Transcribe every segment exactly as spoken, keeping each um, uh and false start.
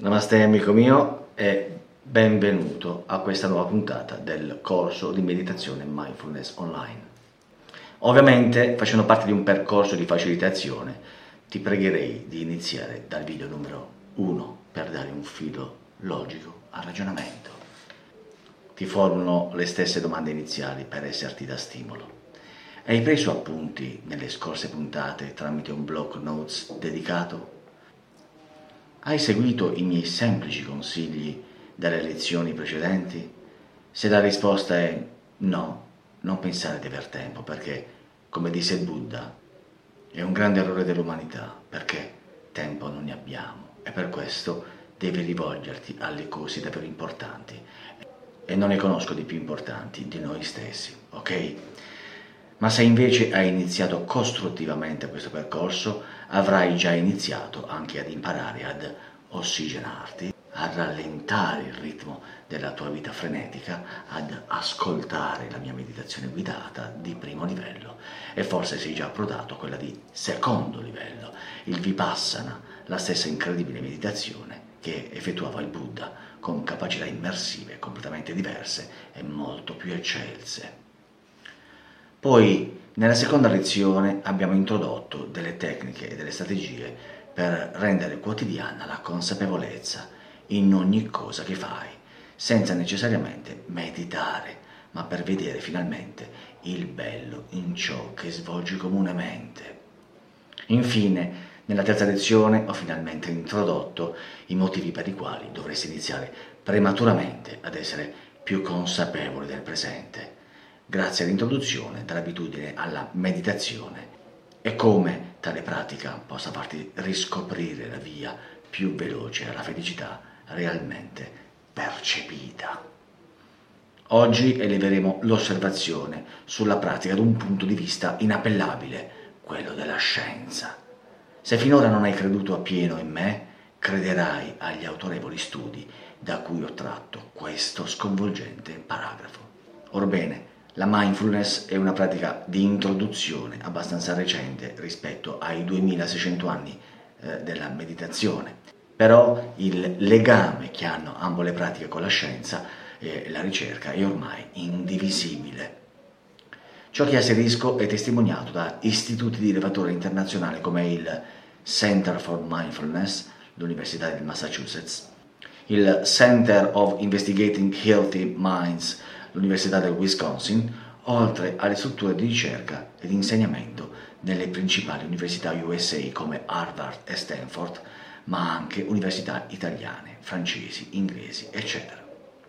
Namaste amico mio e benvenuto a questa nuova puntata del corso di meditazione Mindfulness Online. Ovviamente, facendo parte di un percorso di facilitazione, ti pregherei di iniziare dal video numero uno per dare un filo logico al ragionamento. Ti formulo le stesse domande iniziali per esserti da stimolo. Hai preso appunti nelle scorse puntate tramite un block notes dedicato? Hai seguito i miei semplici consigli dalle lezioni precedenti? Se la risposta è no, non pensare di aver tempo, perché, come disse Buddha, è un grande errore dell'umanità, perché tempo non ne abbiamo e per questo devi rivolgerti alle cose davvero importanti. E non ne conosco di più importanti di noi stessi, ok? Ma se invece hai iniziato costruttivamente questo percorso, avrai già iniziato anche ad imparare ad ossigenarti, a rallentare il ritmo della tua vita frenetica, ad ascoltare la mia meditazione guidata di primo livello e forse sei già approdato a quella di secondo livello, il Vipassana, la stessa incredibile meditazione che effettuava il Buddha con capacità immersive completamente diverse e molto più eccelse. Poi, nella seconda lezione, abbiamo introdotto delle tecniche e delle strategie per rendere quotidiana la consapevolezza in ogni cosa che fai, senza necessariamente meditare, ma per vedere finalmente il bello in ciò che svolgi comunemente. Infine, nella terza lezione ho finalmente introdotto i motivi per i quali dovresti iniziare prematuramente ad essere più consapevole del presente, grazie all'introduzione dell'abitudine alla meditazione e come tale pratica possa farti riscoprire la via più veloce alla felicità realmente percepita. Oggi eleveremo l'osservazione sulla pratica da un punto di vista inappellabile, quello della scienza. Se finora non hai creduto appieno in me, crederai agli autorevoli studi da cui ho tratto questo sconvolgente paragrafo. Orbene, la mindfulness è una pratica di introduzione abbastanza recente rispetto ai duemilaseicento anni eh, della meditazione, però il legame che hanno ambo le pratiche con la scienza e la ricerca è ormai indivisibile. Ciò che asserisco è testimoniato da istituti di levatore internazionale come il Center for Mindfulness, l'Università del Massachusetts, il Center of Investigating Healthy Minds, l'Università del Wisconsin, oltre alle strutture di ricerca ed insegnamento nelle principali università U S A come Harvard e Stanford, ma anche università italiane, francesi, inglesi, eccetera.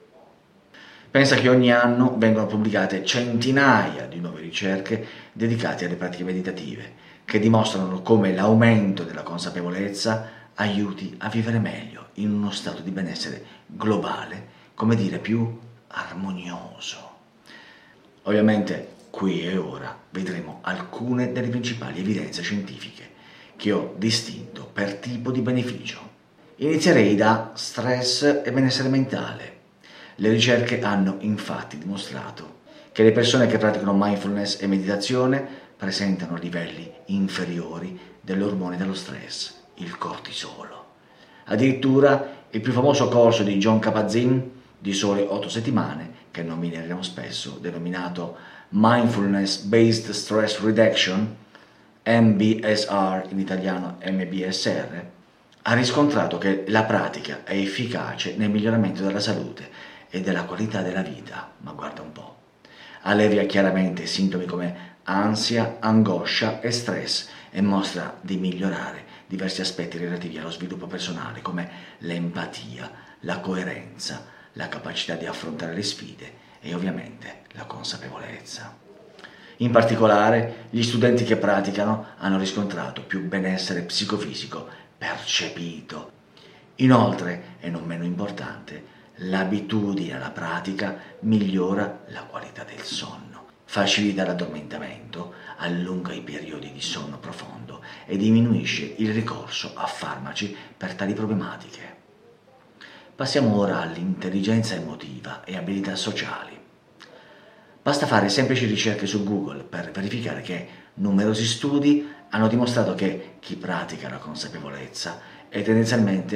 Pensa che ogni anno vengono pubblicate centinaia di nuove ricerche dedicate alle pratiche meditative, che dimostrano come l'aumento della consapevolezza aiuti a vivere meglio in uno stato di benessere globale, come dire, più armonioso. Ovviamente qui e ora vedremo alcune delle principali evidenze scientifiche che ho distinto per tipo di beneficio. Inizierei da stress e benessere mentale. Le ricerche hanno infatti dimostrato che le persone che praticano mindfulness e meditazione presentano livelli inferiori dell'ormone dello stress, il cortisolo. Addirittura il più famoso corso di Jon Kabat-Zinn di sole otto settimane, che nomineremo spesso, denominato Mindfulness Based Stress Reduction, M B S R, in italiano M B S R, ha riscontrato che la pratica è efficace nel miglioramento della salute e della qualità della vita, ma guarda un po'. Allevia chiaramente sintomi come ansia, angoscia e stress e mostra di migliorare diversi aspetti relativi allo sviluppo personale come l'empatia, la coerenza, la capacità di affrontare le sfide e ovviamente la consapevolezza. In particolare, gli studenti che praticano hanno riscontrato più benessere psicofisico percepito. Inoltre, e non meno importante, l'abitudine alla pratica migliora la qualità del sonno, facilita l'addormentamento, allunga i periodi di sonno profondo e diminuisce il ricorso a farmaci per tali problematiche. Passiamo ora all'intelligenza emotiva e abilità sociali. Basta fare semplici ricerche su Google per verificare che numerosi studi hanno dimostrato che chi pratica la consapevolezza è tendenzialmente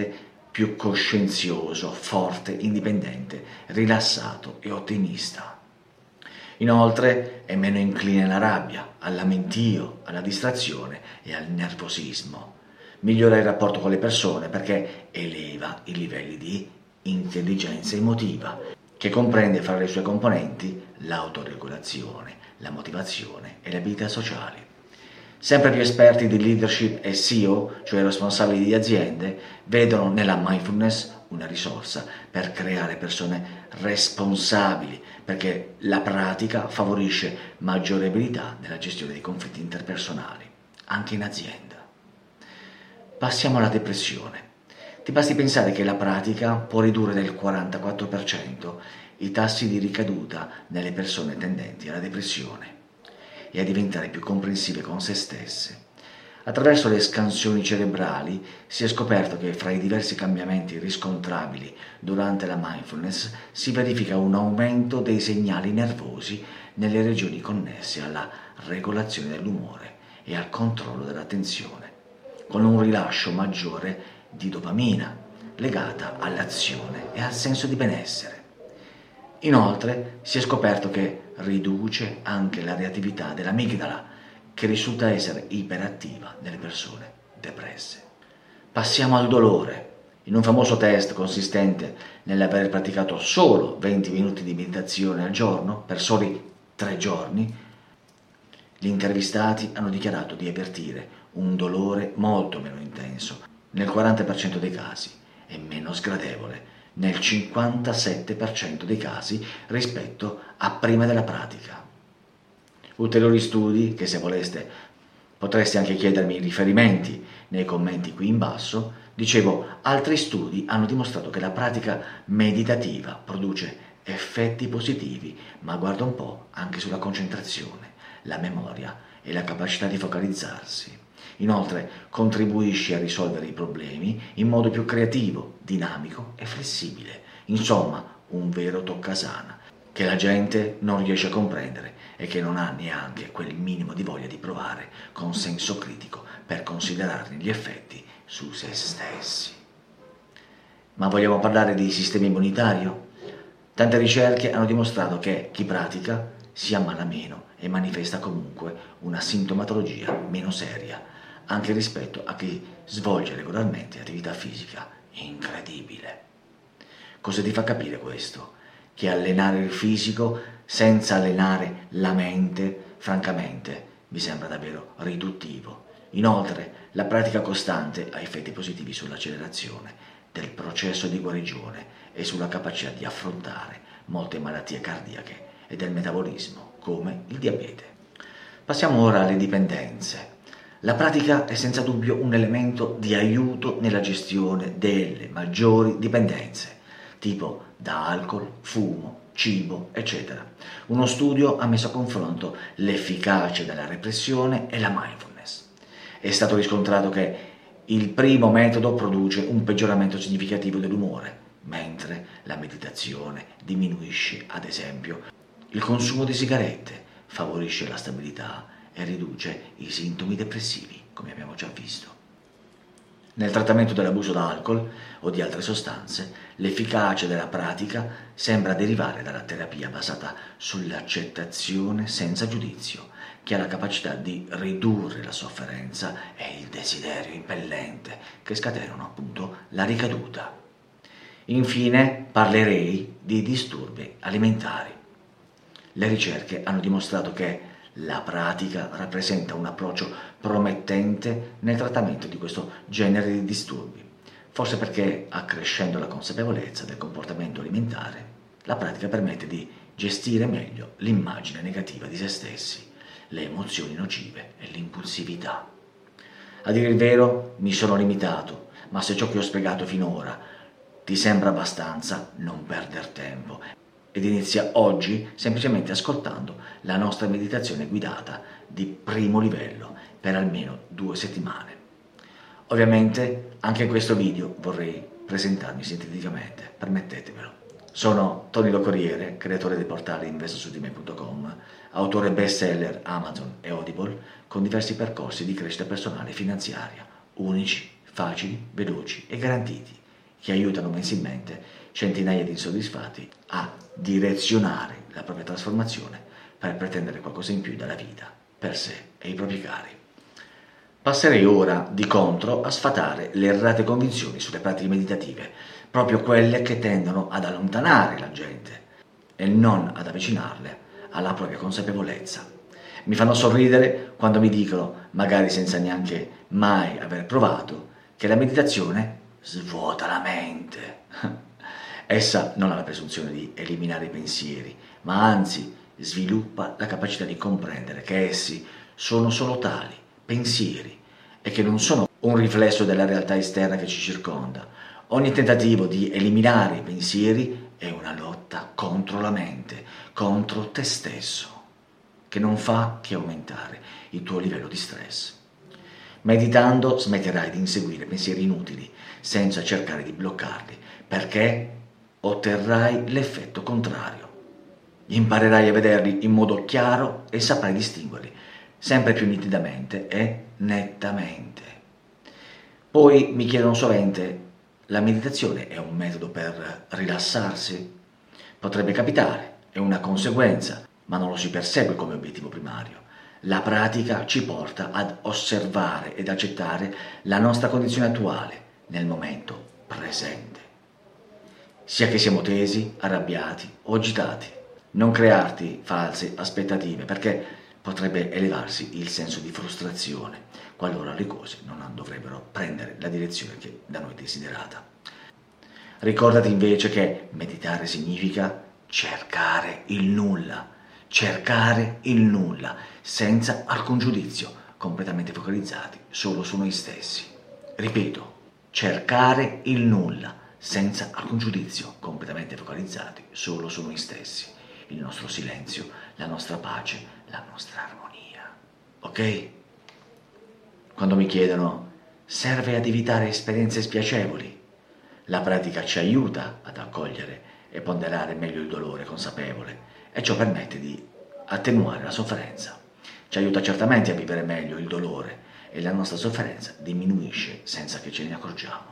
più coscienzioso, forte, indipendente, rilassato e ottimista. Inoltre è meno incline alla rabbia, al lamentio, alla distrazione e al nervosismo. Migliora il rapporto con le persone perché eleva i livelli di intelligenza emotiva, che comprende fra le sue componenti l'autoregolazione, la motivazione e le abilità sociali. Sempre più esperti di leadership e C E O, cioè responsabili di aziende, vedono nella mindfulness una risorsa per creare persone responsabili, perché la pratica favorisce maggiore abilità nella gestione dei conflitti interpersonali, anche in azienda. Passiamo alla depressione. Ti basti pensare che la pratica può ridurre del quarantaquattro per cento i tassi di ricaduta nelle persone tendenti alla depressione e a diventare più comprensive con se stesse. Attraverso le scansioni cerebrali si è scoperto che fra i diversi cambiamenti riscontrabili durante la mindfulness si verifica un aumento dei segnali nervosi nelle regioni connesse alla regolazione dell'umore e al controllo dell'attenzione, con un rilascio maggiore di dopamina legata all'azione e al senso di benessere. Inoltre si è scoperto che riduce anche la reattività dell'amigdala, che risulta essere iperattiva nelle persone depresse. Passiamo al dolore. In un famoso test consistente nell'aver praticato solo venti minuti di meditazione al giorno per soli tre giorni, gli intervistati hanno dichiarato di avvertire un dolore molto meno intenso nel quaranta per cento dei casi e meno sgradevole nel cinquantasette per cento dei casi rispetto a prima della pratica. Ulteriori studi, che se voleste potreste anche chiedermi i riferimenti nei commenti qui in basso, dicevo, altri studi hanno dimostrato che la pratica meditativa produce effetti positivi, ma guarda un po' anche sulla concentrazione, la memoria e la capacità di focalizzarsi. Inoltre contribuisce a risolvere i problemi in modo più creativo, dinamico e flessibile. Insomma, un vero toccasana che la gente non riesce a comprendere e che non ha neanche quel minimo di voglia di provare con senso critico per considerarne gli effetti su se stessi. Ma vogliamo parlare di sistema immunitario? Tante ricerche hanno dimostrato che chi pratica si ammala meno e manifesta comunque una sintomatologia meno seria, anche rispetto a chi svolge regolarmente attività fisica. Incredibile. Cosa ti fa capire questo? Che allenare il fisico senza allenare la mente, francamente, mi sembra davvero riduttivo. Inoltre, la pratica costante ha effetti positivi sull'accelerazione del processo di guarigione e sulla capacità di affrontare molte malattie cardiache e del metabolismo, come il diabete. Passiamo ora alle dipendenze. La pratica è senza dubbio un elemento di aiuto nella gestione delle maggiori dipendenze, tipo da alcol, fumo, cibo, eccetera. Uno studio ha messo a confronto l'efficacia della repressione e la mindfulness. È stato riscontrato che il primo metodo produce un peggioramento significativo dell'umore, mentre la meditazione diminuisce, ad esempio, il consumo di sigarette, favorisce la stabilità e riduce i sintomi depressivi, come abbiamo già visto. Nel trattamento dell'abuso d'alcol o di altre sostanze, l'efficacia della pratica sembra derivare dalla terapia basata sull'accettazione senza giudizio, che ha la capacità di ridurre la sofferenza e il desiderio impellente che scatenano appunto la ricaduta. Infine parlerei di disturbi alimentari. Le ricerche hanno dimostrato che la pratica rappresenta un approccio promettente nel trattamento di questo genere di disturbi, forse perché, accrescendo la consapevolezza del comportamento alimentare, la pratica permette di gestire meglio l'immagine negativa di se stessi, le emozioni nocive e l'impulsività. A dire il vero, mi sono limitato, ma se ciò che ho spiegato finora ti sembra abbastanza, non perder tempo ed inizia oggi semplicemente ascoltando la nostra meditazione guidata di primo livello per almeno due settimane. Ovviamente anche in questo video vorrei presentarmi sinteticamente, permettetemelo. Sono Tony Lo Corriere, creatore del portale investo su di me punto com, autore bestseller Amazon e Audible, con diversi percorsi di crescita personale e finanziaria, unici, facili, veloci e garantiti. che aiutano mensilmente centinaia di insoddisfatti a direzionare la propria trasformazione per pretendere qualcosa in più dalla vita, per sé e i propri cari. Passerei ora, di contro, a sfatare le errate convinzioni sulle pratiche meditative, proprio quelle che tendono ad allontanare la gente e non ad avvicinarle alla propria consapevolezza. Mi fanno sorridere quando mi dicono, magari senza neanche mai aver provato, che la meditazione svuota la mente. Essa non ha la presunzione di eliminare i pensieri, ma anzi sviluppa la capacità di comprendere che essi sono solo tali, pensieri, e che non sono un riflesso della realtà esterna che ci circonda. Ogni tentativo di eliminare i pensieri è una lotta contro la mente, contro te stesso, che non fa che aumentare il tuo livello di stress. Meditando smetterai di inseguire pensieri inutili, senza cercare di bloccarli, perché otterrai l'effetto contrario. Imparerai a vederli in modo chiaro e saprai distinguerli sempre più nitidamente e nettamente. Poi mi chiedono sovente, la meditazione è un metodo per rilassarsi? Potrebbe capitare, è una conseguenza, ma non lo si persegue come obiettivo primario. La pratica ci porta ad osservare ed accettare la nostra condizione attuale nel momento presente. Sia che siamo tesi, arrabbiati o agitati. Non crearti false aspettative, perché potrebbe elevarsi il senso di frustrazione qualora le cose non dovrebbero prendere la direzione che da noi è desiderata. Ricordati invece che meditare significa cercare il nulla, cercare il nulla, senza alcun giudizio, completamente focalizzati solo su noi stessi. Ripeto, cercare il nulla, senza alcun giudizio, completamente focalizzati solo su noi stessi, il nostro silenzio, la nostra pace, la nostra armonia. Ok? Quando mi chiedono, serve ad evitare esperienze spiacevoli? La pratica ci aiuta ad accogliere e ponderare meglio il dolore consapevole e ciò permette di attenuare la sofferenza. Ci aiuta certamente a vivere meglio il dolore e la nostra sofferenza diminuisce senza che ce ne accorgiamo.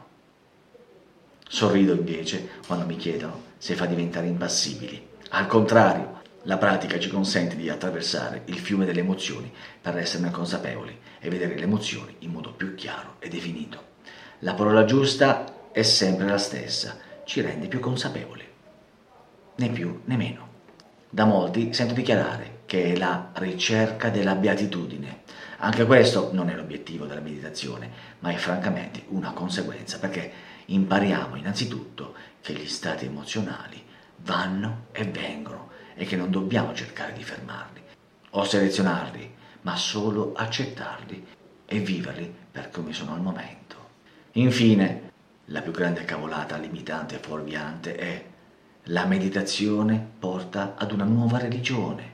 Sorrido invece quando mi chiedono se fa diventare impassibili. Al contrario, la pratica ci consente di attraversare il fiume delle emozioni per esserne consapevoli e vedere le emozioni in modo più chiaro e definito. La parola giusta è sempre la stessa, ci rende più consapevoli, né più né meno. Da molti sento dichiarare che è la ricerca della beatitudine. Anche questo non è l'obiettivo della meditazione, ma è francamente una conseguenza, perché impariamo innanzitutto che gli stati emozionali vanno e vengono e che non dobbiamo cercare di fermarli o selezionarli, ma solo accettarli e viverli per come sono al momento. Infine, la più grande cavolata limitante e fuorviante è: la meditazione porta ad una nuova religione.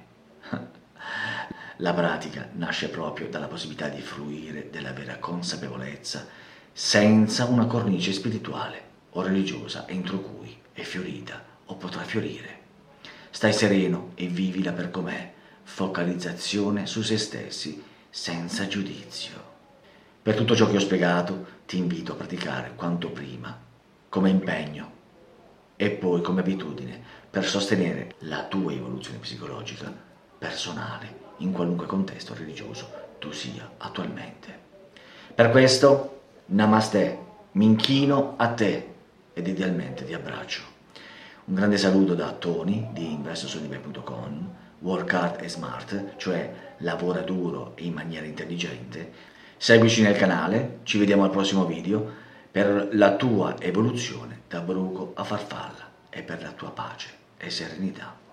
La pratica nasce proprio dalla possibilità di fruire della vera consapevolezza senza una cornice spirituale o religiosa entro cui è fiorita o potrà fiorire. Stai sereno e vivila per com'è, focalizzazione su se stessi senza giudizio. Per tutto ciò che ho spiegato, ti invito a praticare quanto prima, come impegno e poi come abitudine, per sostenere la tua evoluzione psicologica personale in qualunque contesto religioso tu sia attualmente. Per questo, namaste, mi inchino a te ed idealmente ti abbraccio. Un grande saluto da Tony di invest su di me punto com, work hard and smart, cioè lavora duro e in maniera intelligente. Seguici nel canale, ci vediamo al prossimo video per la tua evoluzione da bruco a farfalla e per la tua pace e serenità.